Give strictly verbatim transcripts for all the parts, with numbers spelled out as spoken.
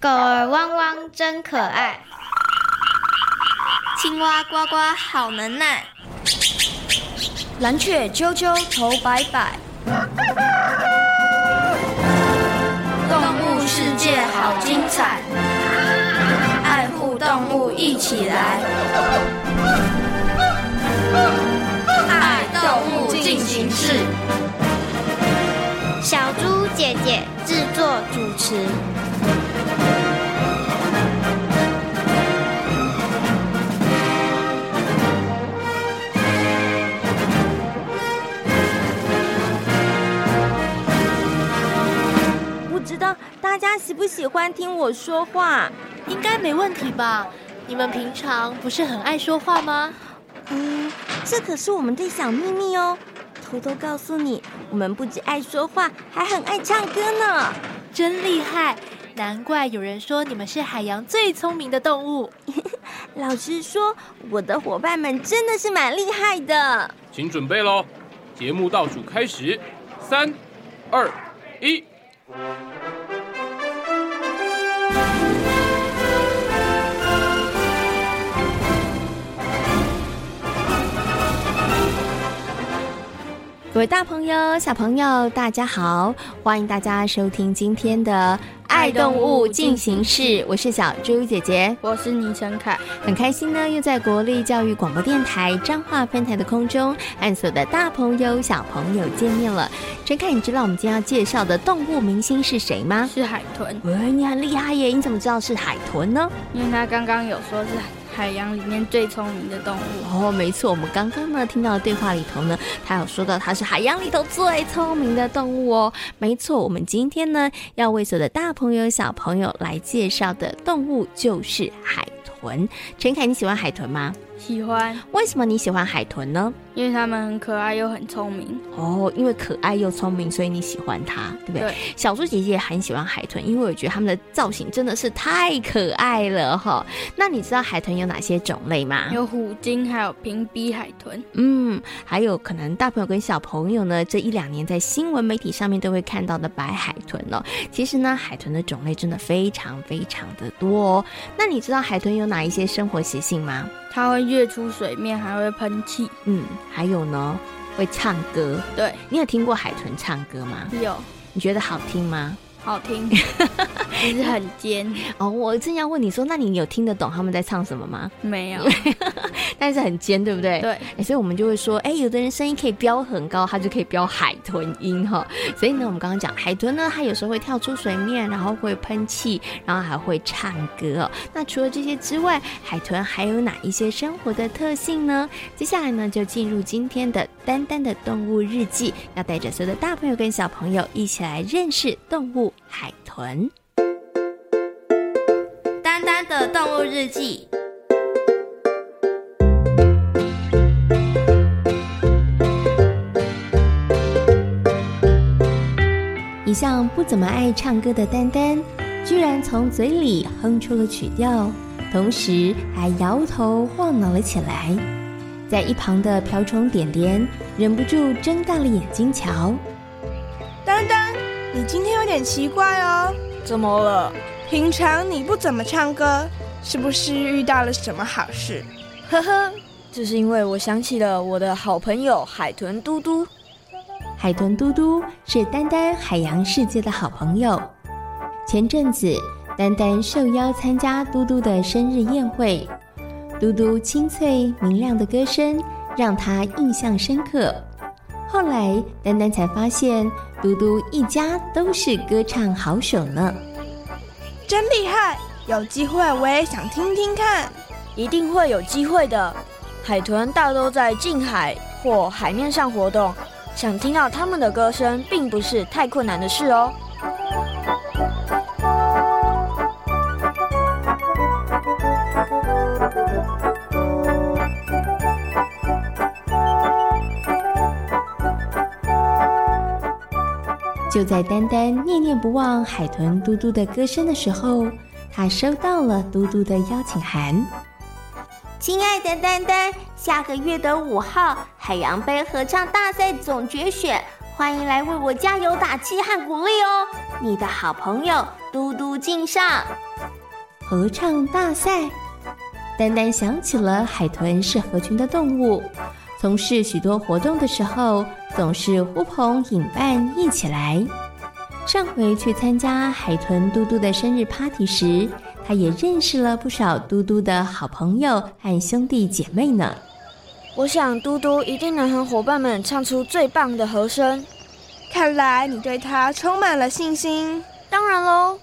狗儿汪汪真可爱， 青蛙呱呱好能耐， 蓝雀啾啾头摆摆， 动物世界好精彩，爱护动物一起来，爱动物进行式。 小猪姐姐制作主持。 不知道大家喜不喜欢听我说话？ 应该没问题吧？你们平常不是很爱说话吗？ 嗯，这可是我们的小秘密哦。偷偷告诉你，我们不只爱说话，还很爱唱歌呢。 真厉害，难怪有人说你们是海洋最聪明的动物。 老实说，我的伙伴们真的是蛮厉害的。 请准备咯，节目倒数开始，三、二、一。 各位大朋友、小朋友，大家好！欢迎大家收听今天的《爱动物进行式》，我是小猪姐姐， 我是倪晨凯， 很开心呢，又在国立教育广播电台彰化分台的空中，和所有的大朋友、小朋友见面了。陈凯，你知道我们今天要介绍的动物明星是谁吗？ 是海豚。 喂，你很厉害耶！你怎么知道是海豚呢？ 因为他刚刚有说是海洋里面最聪明的动物。 哦，没错，我们刚刚呢听到的对话里头呢，他有说到他是海洋里头最聪明的动物哦。没错，我们今天呢要为所有的大朋友小朋友来介绍的动物就是海豚。陈凯，你喜欢海豚吗？ 喜欢。 为什么你喜欢海豚呢？ 因为它们很可爱又很聪明。 哦，因为可爱又聪明，所以你喜欢它，对不对？ 对。 小猪姐姐也很喜欢海豚，因为我觉得它们的造型真的是太可爱了哈。那你知道海豚有哪些种类吗？ 有虎鲸，还有平鼻海豚。 嗯，还有可能大朋友跟小朋友呢，这一两年在新闻媒体上面都会看到的白海豚哦。其实呢，海豚的种类真的非常非常的多哦。那你知道海豚有哪一些生活习性吗？ 它会跃出水面，还会喷气。 嗯，还有呢，会唱歌。 对， 你有听过海豚唱歌吗？ 有。 你觉得好听吗？ 好听，只是很尖。 哦，我正要问你说，那你有听得懂他们在唱什么吗？ 没有， 但是很尖，对不对？ 对、 欸，所以我们就会说，哎、欸，有的人声音可以飙很高，他就可以飙海豚音哈。所以呢，我们刚刚讲海豚呢，它有时候会跳出水面，然后会喷气，然后还会唱歌哦。那除了这些之外，海豚还有哪一些生活的特性呢？接下来呢，就进入今天的丹丹的动物日记，要带着所有的大朋友跟小朋友一起来认识动物海豚。 丹丹的动物日记。 一向不怎么爱唱歌的丹丹，居然从嘴里哼出了曲调，同时还摇头晃脑了起来。在一旁的瓢虫点点忍不住睁大了眼睛瞧。 丹丹，你今天有点奇怪哦。 怎么了？ 平常你不怎么唱歌，是不是遇到了什么好事？ 呵呵，这是因为我想起了我的好朋友海豚嘟嘟。 海豚嘟嘟是丹丹海洋世界的好朋友。前阵子，丹丹受邀参加嘟嘟的生日宴会，嘟嘟清脆明亮的歌声让他印象深刻。后来，丹丹才发现，嘟嘟一家都是歌唱好手呢。 真厉害！有机会我也想听听看。 一定会有机会的。海豚大都在近海或海面上活动，想听到他们的歌声，并不是太困难的事哦。 就在丹丹念念不忘海豚嘟嘟的歌声的时候，他收到了嘟嘟的邀请函。 亲爱的丹丹，下个月的五号海洋杯合唱大赛总决选，欢迎来为我加油打气和鼓励哦！你的好朋友嘟嘟敬上。 合唱大赛，丹丹想起了海豚是合群的动物，从事许多活动的时候总是呼朋引伴一起来。上回去参加海豚嘟嘟的生日 party 时，他也认识了不少嘟嘟的好朋友和兄弟姐妹呢。 我想嘟嘟一定能和伙伴们唱出最棒的和声。 看来你对他充满了信心。 当然喽。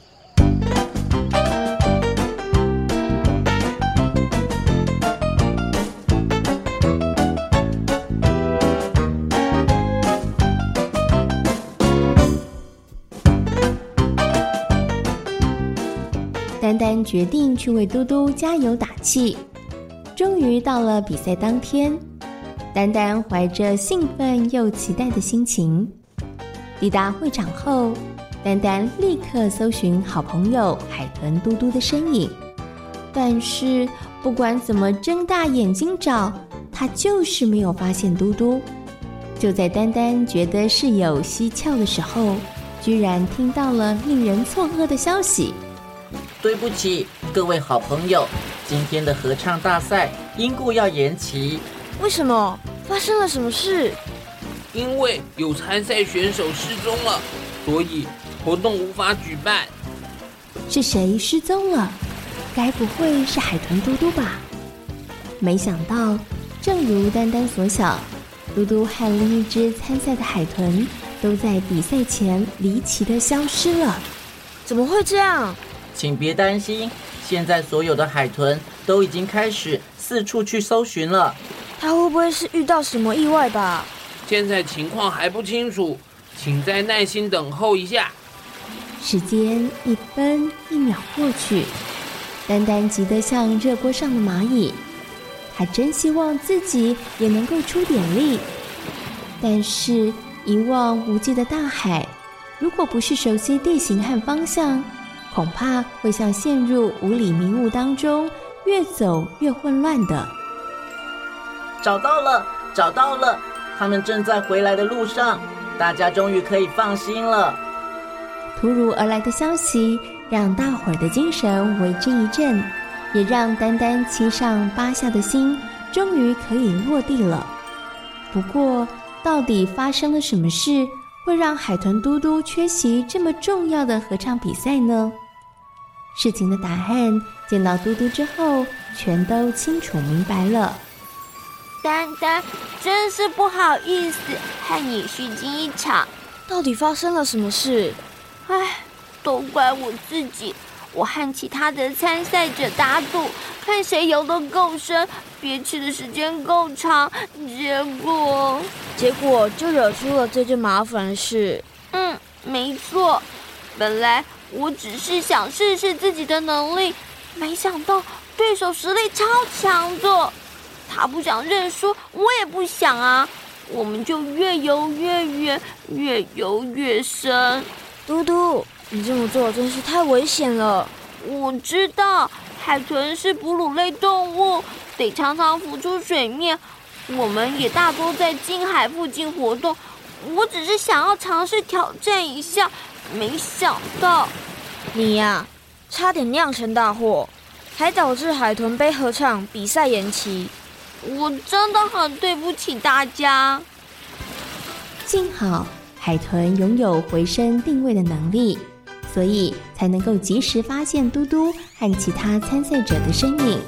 丹丹决定去为嘟嘟加油打气。终于到了比赛当天，丹丹怀着兴奋又期待的心情抵达会场后，丹丹立刻搜寻好朋友海豚嘟嘟的身影，但是不管怎么睁大眼睛找，他就是没有发现嘟嘟。就在丹丹觉得事有蹊跷的时候，居然听到了令人错愕的消息。 对不起，各位好朋友，今天的合唱大赛因故要延期。 为什么？发生了什么事？ 因为有参赛选手失踪了，所以活动无法举办。 是谁失踪了？该不会是海豚嘟嘟吧？没想到，正如丹丹所想，嘟嘟和另一只参赛的海豚都在比赛前离奇的消失了。 怎么会这样？ 请别担心，现在所有的海豚都已经开始四处去搜寻了。 他会不会是遇到什么意外吧？ 现在情况还不清楚，请再耐心等候一下。 时间一分一秒过去，丹丹急得像热锅上的蚂蚁，他真希望自己也能够出点力。但是一望无际的大海，如果不是熟悉地形和方向，恐怕会像陷入无里迷雾当中，越走越混乱的。 找到了，找到了，他们正在回来的路上，大家终于可以放心了。 突如而来的消息让大伙儿的精神为之一振，也让丹丹七上八下的心终于可以落地了。不过，到底发生了什么事，会让海豚嘟嘟缺席这么重要的合唱比赛呢？事情的答案见到嘟嘟之后，全都清楚明白了。 丹丹，真是不好意思和你虚惊一场。 到底发生了什么事？ 唉，都怪我自己，我和其他的参赛者打赌，看谁游得够深，憋气的时间够长，结果结果就惹出了这件麻烦的事。 嗯，没错，本来我只是想试试自己的能力，没想到对手实力超强的。他不想认输，我也不想啊，我们就越游越远，越游越深。 嘟嘟，你这么做真是太危险了。 我知道，海豚是哺乳类动物，得常常浮出水面，我们也大多在近海附近活动。我只是想要尝试挑战一下，没想到你呀、啊，差点酿成大祸，还导致海豚杯合唱比赛延期。 我真的很对不起大家。 幸好海豚拥有回声定位的能力，所以才能够及时发现嘟嘟和其他参赛者的身影。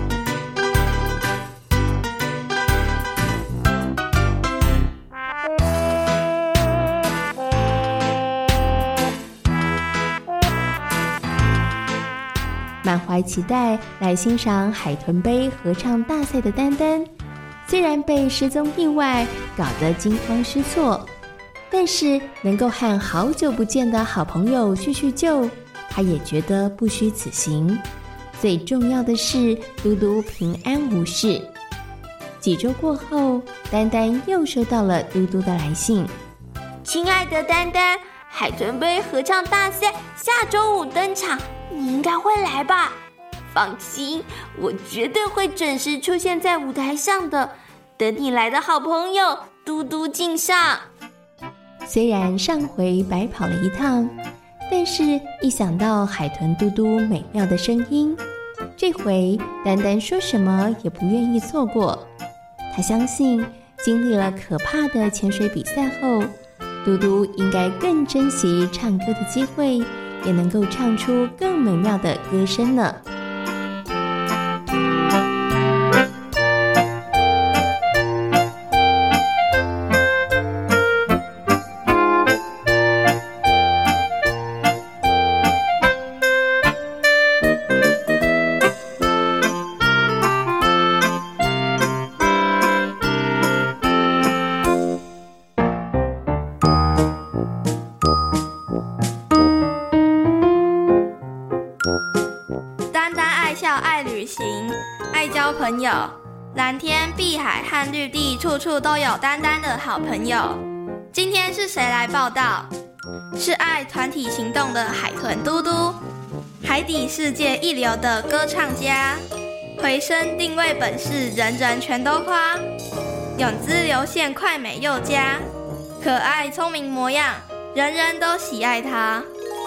满怀期待来欣赏海豚杯合唱大赛的丹丹，虽然被失踪意外搞得惊慌失措，但是能够和好久不见的好朋友叙叙旧，他也觉得不虚此行。最重要的是嘟嘟平安无事。几周过后，丹丹又收到了嘟嘟的来信。 亲爱的丹丹，海豚杯合唱大赛下周五登场，你应该会来吧？放心，我绝对会准时出现在舞台上的，等你来的好朋友嘟嘟敬上。 虽然上回白跑了一趟， 但是一想到海豚嘟嘟美妙的声音，这回丹丹说什么也不愿意错过。他相信经历了可怕的潜水比赛后，嘟嘟应该更珍惜唱歌的机会，也能够唱出更美妙的歌声呢。 爱交朋友，蓝天碧海和绿地，处处都有丹丹的好朋友。今天是谁来报道？是爱团体行动的海豚嘟嘟，海底世界一流的歌唱家，回声定位本事人人全都夸，泳姿流线快美又佳，可爱聪明模样，人人都喜爱他。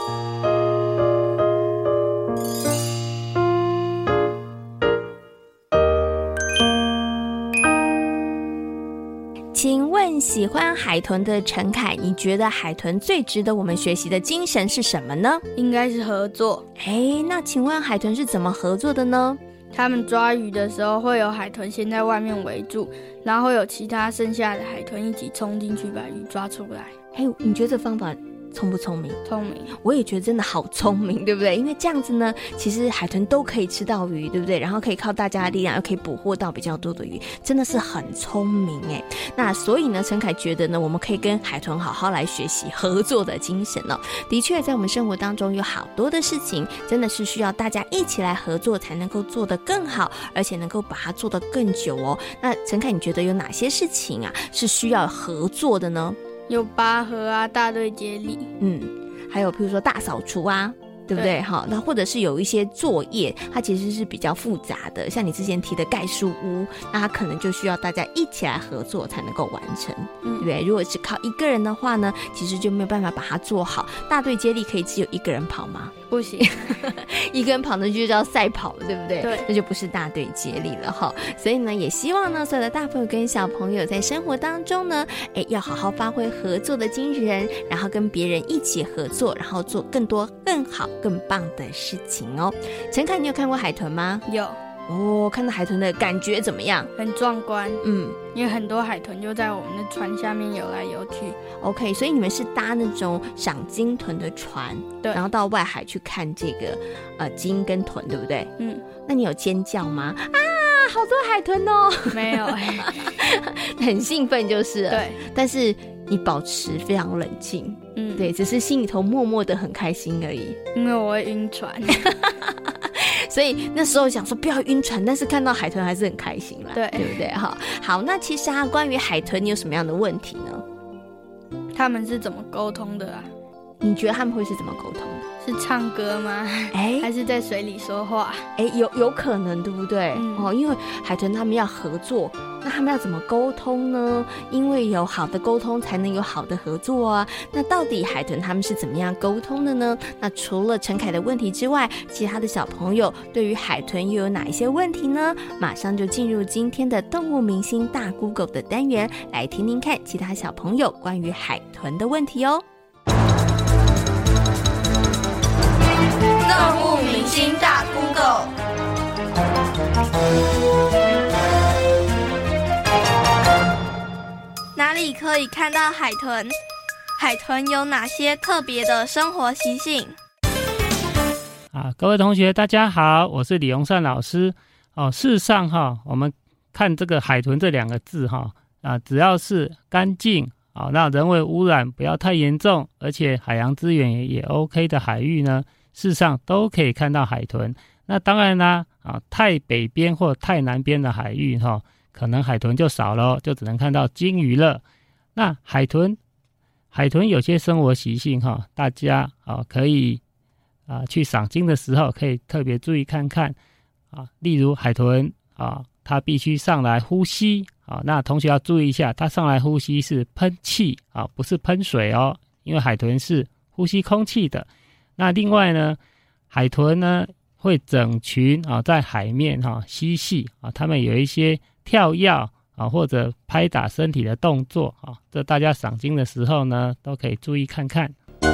请问喜欢海豚的陈凯，你觉得海豚最值得我们学习的精神是什么呢？ 应该是合作。 诶，那请问海豚是怎么合作的呢？ 他们抓鱼的时候会有海豚先在外面围住，然后会有其他剩下的海豚一起冲进去把鱼抓出来。 诶，你觉得这方法聪不聪明？ 聪明。 我也觉得真的好聪明，对不对？因为这样子呢，其实海豚都可以吃到鱼，对不对？然后可以靠大家的力量又可以捕获到比较多的鱼，真的是很聪明耶。那所以呢，陈凯觉得呢，我们可以跟海豚好好来学习合作的精神哦。的确在我们生活当中有好多的事情真的是需要大家一起来合作才能够做得更好，而且能够把它做得更久哦。那陈凯你觉得有哪些事情啊是需要合作的呢？ 有拔河啊，大队接力， 嗯，还有譬如说大扫除啊，对不对？好，那或者是有一些作业，它其实是比较复杂的，像你之前提的盖树屋，那它可能就需要大家一起来合作才能够完成，嗯、对不对？如果是靠一个人的话呢，其实就没有办法把它做好。大队接力可以只有一个人跑吗？ 不行， 一个人跑呢就叫赛跑了，对不对？ 对， 那就不是大队接力了哈。所以呢，也希望呢，所有的大朋友跟小朋友在生活当中呢，哎，要好好发挥合作的精神，然后跟别人一起合作，然后做更多、更好、更棒的事情哦。陈凯，你有看过海豚吗？ 有。 哦，看到海豚的感觉怎么样？ 很壮观， 嗯， 因为很多海豚就在我们的船下面游来游去。 OK， 所以你们是搭那种赏鲸豚的船， 对，然后到外海去看这个呃鲸跟豚，对不对？ 嗯， 那你有尖叫吗？啊，好多海豚哦！ 没有， 很兴奋就是了。 对， 但是你保持非常冷静，嗯，对，只是心里头默默的很开心而已。 因为我会晕船。 所以那时候想说不要晕船，但是看到海豚还是很开心啦， 对， 对不对？好，好，那其实啊，关于海豚，你有什么样的问题呢？ 他们是怎么沟通的啊？ 你觉得他们会是怎么沟通的？ 是唱歌吗？ 哎， 还是在水里说话？ 哎，有有可能，对不对？ 嗯、 哦，因为海豚他们要合作，那他们要怎么沟通呢？因为有好的沟通，才能有好的合作啊。那到底海豚他们是怎么样沟通的呢？那除了陈凯的问题之外，其他的小朋友对于海豚又有哪一些问题呢？马上就进入今天的动物明星大 Google 的单元，来听听看其他小朋友关于海豚的问题哦。 动物明星大 Google， 哪里可以看到海豚？海豚有哪些特别的生活习性？ 啊，各位同学大家好，我是李荣善老师。哦，事实上哈，我们看这个海豚这两个字哈，啊，只要是干净啊，那人为污染不要太严重，而且海洋资源也也 OK 的海域呢，事实上都可以看到海豚。那当然啦，啊，太北边或太南边的海域哈，可能海豚就少了，就只能看到鲸鱼了。那海豚，海豚有些生活习性哈，大家啊可以啊去赏鲸的时候可以特别注意看看啊。例如海豚啊，它必须上来呼吸啊，那同学要注意一下，它上来呼吸是喷气啊，不是喷水哦，因为海豚是呼吸空气的。 那另外呢，海豚呢会整群啊在海面哈、啊、嬉戏啊，它们有一些跳跃啊或者拍打身体的动作啊，这大家赏鲸的时候呢都可以注意看看。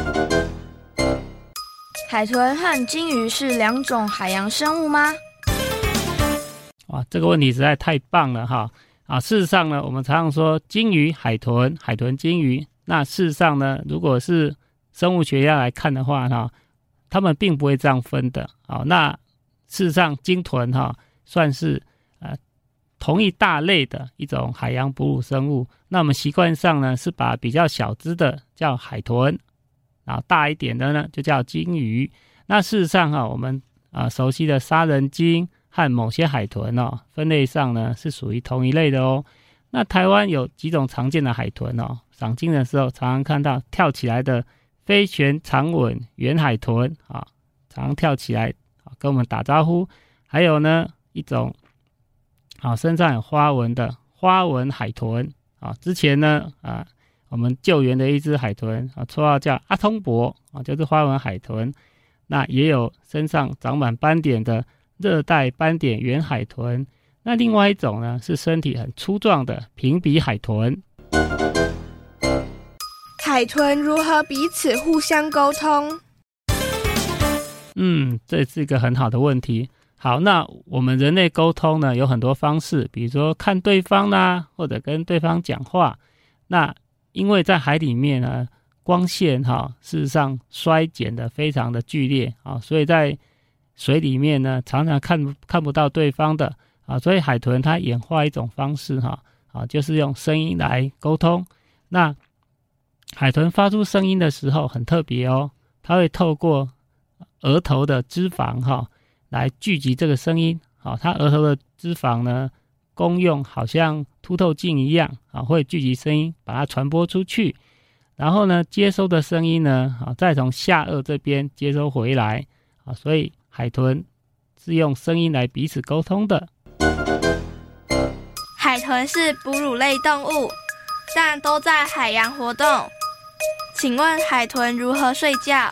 海豚和鲸鱼是两种海洋生物吗？ 哇，这个问题实在太棒了哈！啊，事实上呢，我们常常说鲸鱼、海豚、海豚、鲸鱼。那事实上呢，如果是生物学家来看的话哈，他们并不会这样分的。好，那事实上鲸豚哈算是呃同一大类的一种海洋哺乳生物。那我们习惯上呢是把比较小只的叫海豚，然后大一点的呢就叫鲸鱼。那事实上哈，我们啊、呃、熟悉的杀人鲸和某些海豚哦，分类上呢是属于同一类的哦。那台湾有几种常见的海豚哦，赏鲸的时候常常看到跳起来的飞旋长吻圆海豚啊，常常跳起来跟我们打招呼。还有呢一种啊身上有花纹的花纹海豚啊，之前呢啊我们救援的一只海豚啊，绰号叫阿通伯啊，就是花纹海豚。那也有身上长满斑点的热带斑点圆海豚。那另外一种呢是身体很粗壮的平鼻海豚。 海豚如何彼此互相沟通？ 嗯，这是一个很好的问题。好，那我们人类沟通呢有很多方式，比如说看对方啦，或者跟对方讲话。那因为在海里面呢，光线哈事实上衰减的非常的剧烈啊，所以在水里面呢常常看看不到对方的啊，所以海豚它演化一种方式哈啊，就是用声音来沟通。那海豚发出声音的时候很特别哦，它会透过额头的脂肪哈来聚集这个声音。好，它额头的脂肪呢功用好像凸透镜一样啊，会聚集声音把它传播出去。然后呢接收的声音呢啊再从下颚这边接收回来啊，所以海豚是用声音来彼此沟通的。 海豚是哺乳类动物，但都在海洋活动。请问海豚如何睡觉？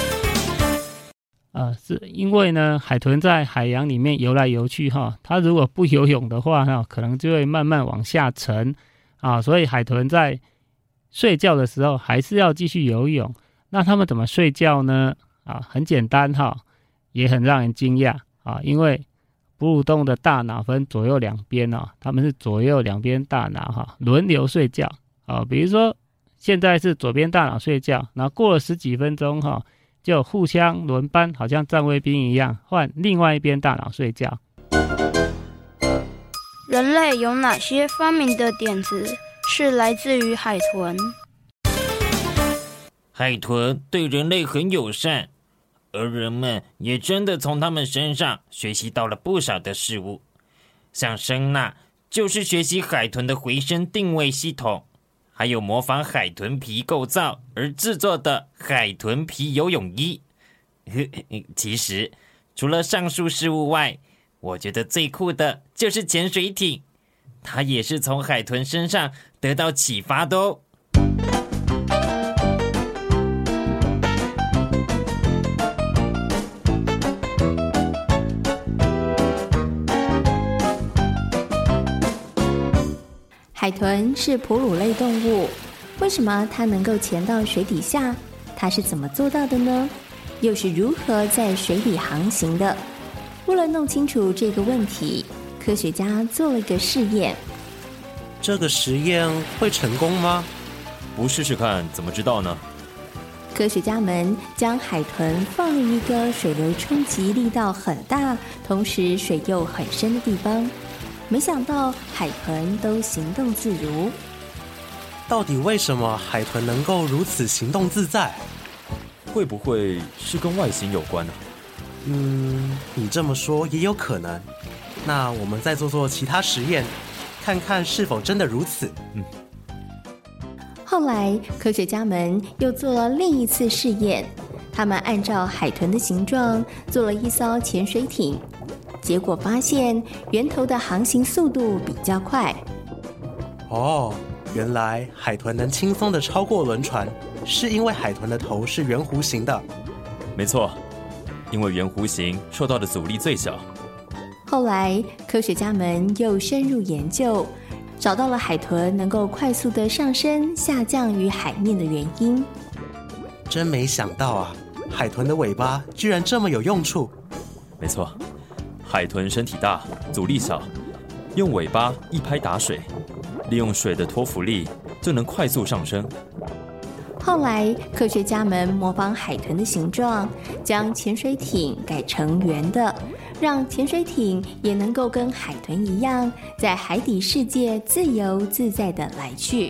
呃，是因为呢，海豚在海洋里面游来游去哈，它如果不游泳的话呢，可能就会慢慢往下沉啊，所以海豚在睡觉的时候还是要继续游泳。那他们怎么睡觉呢？啊，很简单哈，也很让人惊讶啊，因为哺乳动物的大脑分左右两边哦，他们是左右两边大脑哈轮流睡觉啊。比如说现在是左边大脑睡觉，然后过了十几分钟哈，就互相轮班，好像站卫兵一样，换另外一边大脑睡觉。 人类有哪些发明的点子是来自于海豚？ 海豚对人类很友善，而人们也真的从他们身上学习到了不少的事物。像声呐就是学习海豚的回声定位系统，还有模仿海豚皮构造而制作的海豚皮游泳衣。其实除了上述事物外，我觉得最酷的就是潜水艇，它也是从海豚身上得到启发的哦。 海豚是哺乳类动物，为什么它能够潜到水底下？它是怎么做到的呢？又是如何在水里航行的？为了弄清楚这个问题，科学家做了一个试验。 这个实验会成功吗？ 不试试看怎么知道呢？ 科学家们将海豚放入一个水流冲击力道很大，同时水又很深的地方，没想到海豚都行动自如。 到底为什么海豚能够如此行动自在？ 会不会是跟外形有关呢？ 嗯，你这么说也有可能。那我们再做做其他实验，看看是否真的如此。 嗯。 后来科学家们又做了另一次试验，他们按照海豚的形状做了一艘潜水艇，结果发现源头的航行速度比较快。 哦，原来海豚能轻松地超过轮船，是因为海豚的头是圆弧形的。 没错，因为圆弧形受到的阻力最小。 后来，科学家们又深入研究，找到了海豚能够快速的上升、下降于海面的原因。 真没想到啊，海豚的尾巴居然这么有用处。 没错，海豚身体大，阻力小，用尾巴一拍打水，利用水的托浮力就能快速上升。 后来，科学家们模仿海豚的形状，将潜水艇改成圆的，让潜水艇也能够跟海豚一样，在海底世界自由自在地来去。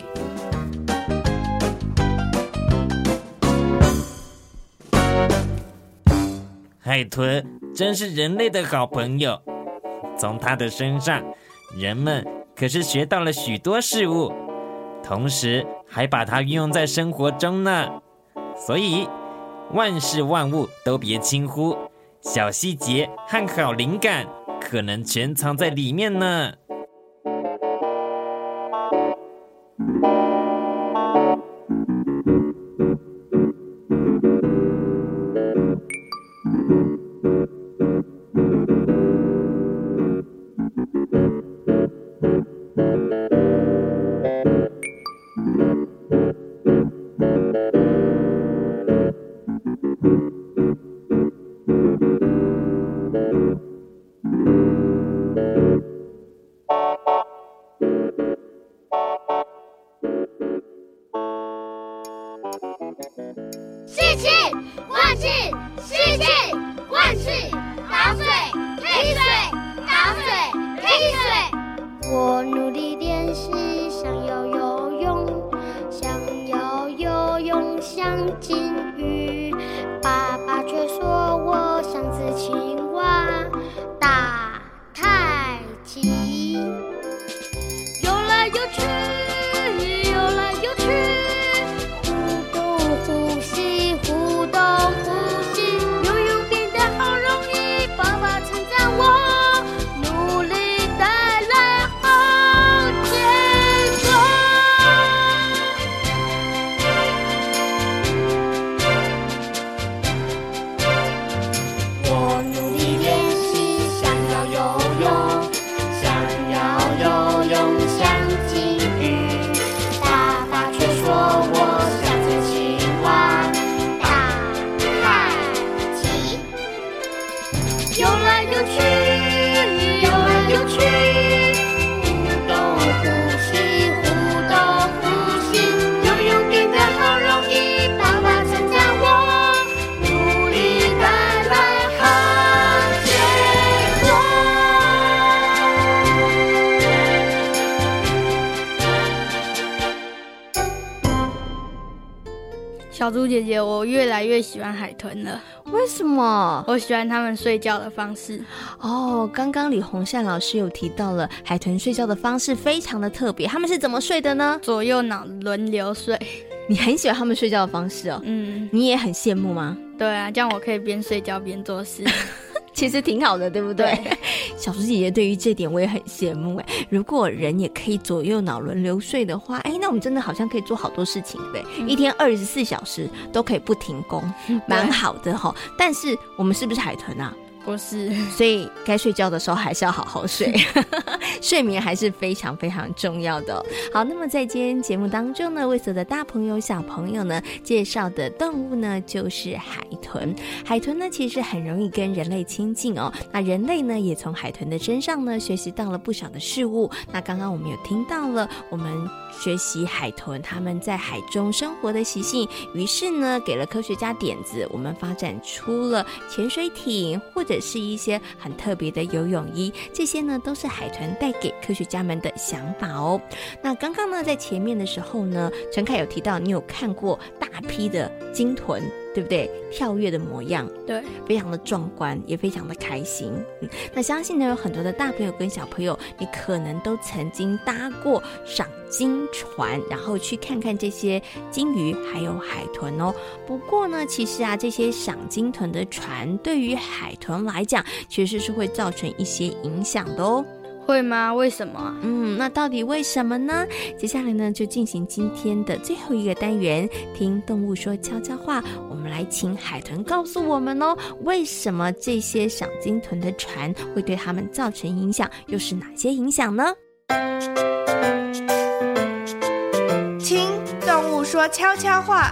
海豚真是人类的好朋友，从它的身上，人们可是学到了许多事物，同时还把它运用在生活中呢。所以，万事万物都别轻忽，小细节和好灵感可能全藏在里面呢。 我努力练习，想要游泳，想要游泳像金鱼。爸爸却说我像只青蛙，打太极。游来游去，游来游去，互动呼吸，互动呼吸，游泳变得好容易。爸爸称赞我。 小猪姐姐，我越来越喜欢海豚了。 为什么？ 我喜欢它们睡觉的方式。 哦，刚刚李洪善老师有提到了海豚睡觉的方式非常的特别，他们是怎么睡的呢？ 左右脑轮流睡。 你很喜欢他们睡觉的方式哦？嗯。你也很羡慕吗？ 对啊，这样我可以边睡觉边做事。 其实挺好的，对不对？ 对。 小猪姐姐对于这点我也很羡慕哎。如果人也可以左右脑轮流睡的话，哎，那我们真的好像可以做好多事情，对不对？嗯、一天二十四小时都可以不停工，蛮好的哈。但是我们是不是海豚啊？ 不是， 所以该睡觉的时候还是要好好睡，睡眠还是非常非常重要的、哦。好，那么在今天节目当中呢，为所有的大朋友小朋友呢介绍的动物呢就是海豚。海豚呢其实很容易跟人类亲近哦，那人类呢也从海豚的身上呢学习到了不少的事物。那刚刚我们有听到了我们学习海豚他们在海中生活的习性，于是呢给了科学家点子，我们发展出了潜水艇或者是一些很特别的游泳衣，这些呢都是海豚带给科学家们的想法哦。那刚刚呢在前面的时候呢，陈凯有提到你有看过大批的鲸豚，对不对？跳跃的模样， 对， 非常的壮观，也非常的开心。嗯，那相信呢有很多的大朋友跟小朋友，你可能都曾经搭过赏鲸船，然后去看看这些鲸鱼还有海豚哦。不过呢，其实啊这些赏鲸豚的船对于海豚来讲，其实是会造成一些影响的哦。 会吗？为什么？ 嗯，那到底为什么呢？接下来呢，就进行今天的最后一个单元，听动物说悄悄话。我们来请海豚告诉我们哦，为什么这些赏鲸豚的船会对他们造成影响，又是哪些影响呢？ 听动物说悄悄话。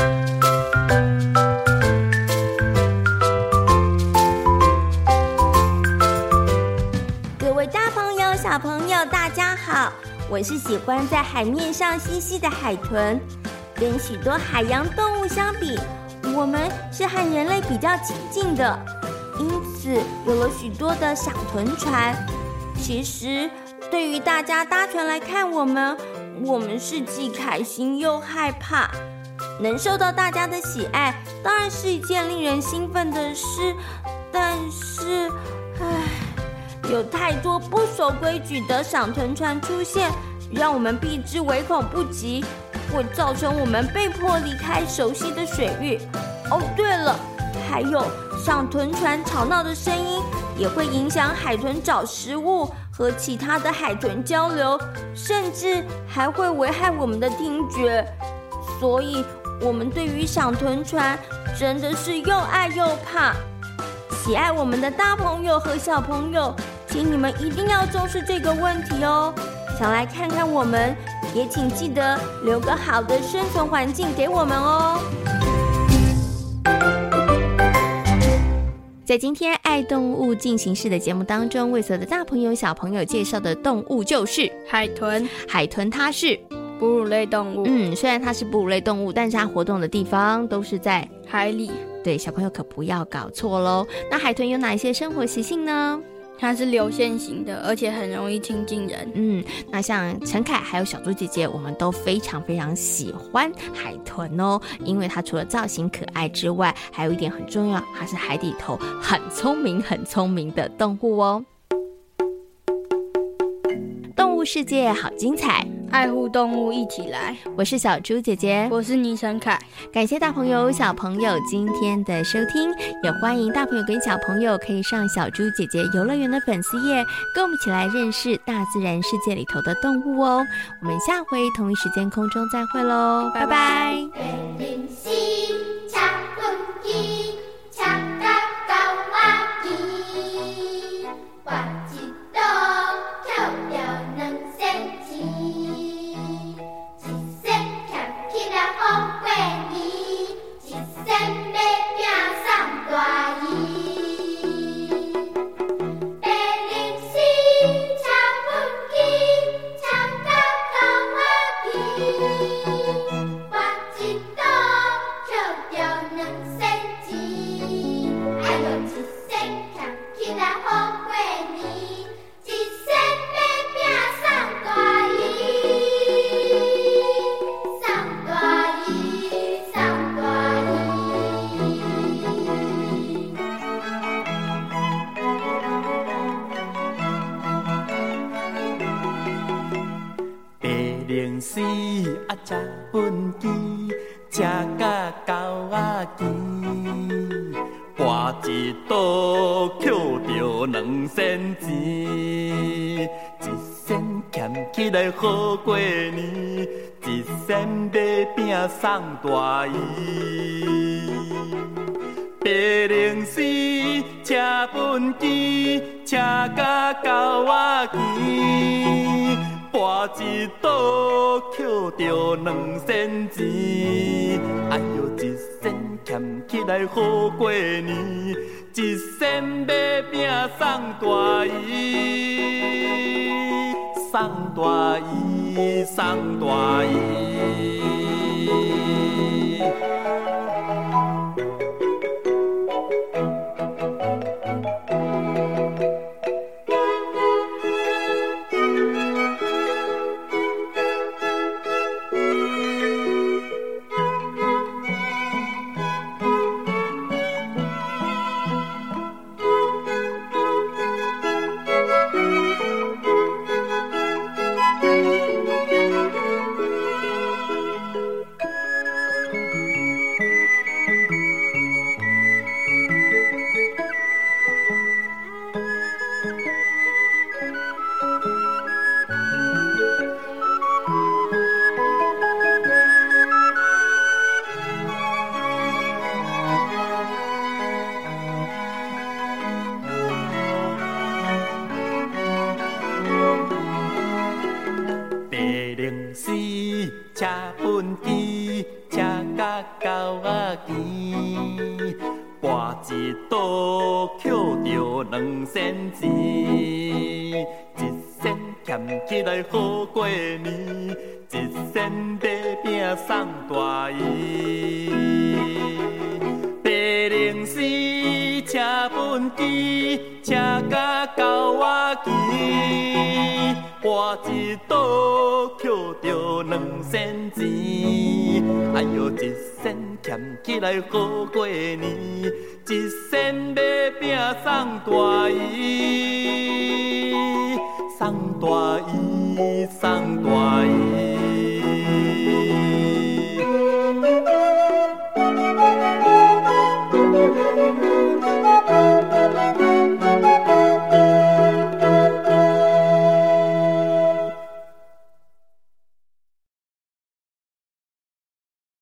各位大朋友、小朋友，大家好，我是喜欢在海面上嬉戏的海豚。跟许多海洋动物相比，我们是和人类比较亲近的，因此有了许多的赏豚船。其实对于大家搭船来看我们，我们是既开心又害怕。能受到大家的喜爱，当然是一件令人兴奋的事，但是，唉，有太多不守规矩的赏豚船出现，让我们避之唯恐不及，会造成我们被迫离开熟悉的水域。哦，对了，还有赏豚船吵闹的声音也会影响海豚找食物和其他的海豚交流，甚至还会危害我们的听觉。所以我们对于赏豚船真的是又爱又怕。喜爱我们的大朋友和小朋友，请你们一定要重视这个问题哦。想来看看我们，也请记得留个好的生存环境给我们哦。 在今天爱动物进行式的节目当中，为所有的大朋友小朋友介绍的动物就是海豚。 海豚它是哺乳类动物。 嗯，虽然它是哺乳类动物，但是它活动的地方都是在海里。 对，小朋友可不要搞错咯。那海豚有哪一些生活习性呢？ 它是流线型的，而且很容易亲近人。 嗯，那像陈凯还有小猪姐姐，我们都非常非常喜欢海豚哦，因为它除了造型可爱之外，还有一点很重要，它是海底头很聪明很聪明的动物哦。动物世界好精彩， 爱护动物一起来。 我是小猪姐姐， 我是倪晨凯。 感谢大朋友小朋友今天的收听，也欢迎大朋友跟小朋友可以上小猪姐姐游乐园的粉丝页，跟我们一起来认识大自然世界里头的动物哦。我们下回同一时间空中再会咯，拜拜。 好过年，一仙买饼送大姨。白零四车本机，车甲狗仔见，博一赌捡着两仙钱。哎呦，一仙俭起来好过年，一仙买饼送大姨。送大姨，送大姨。 倒捡着两仙钱，一仙捡起来好过年，一仙买饼送大姨。白零四车本机，车甲狗仔骑，我一倒捡着两仙钱，哎呦一仙捡起来好过年，一仙买饼送大姨，送大姨，送大姨。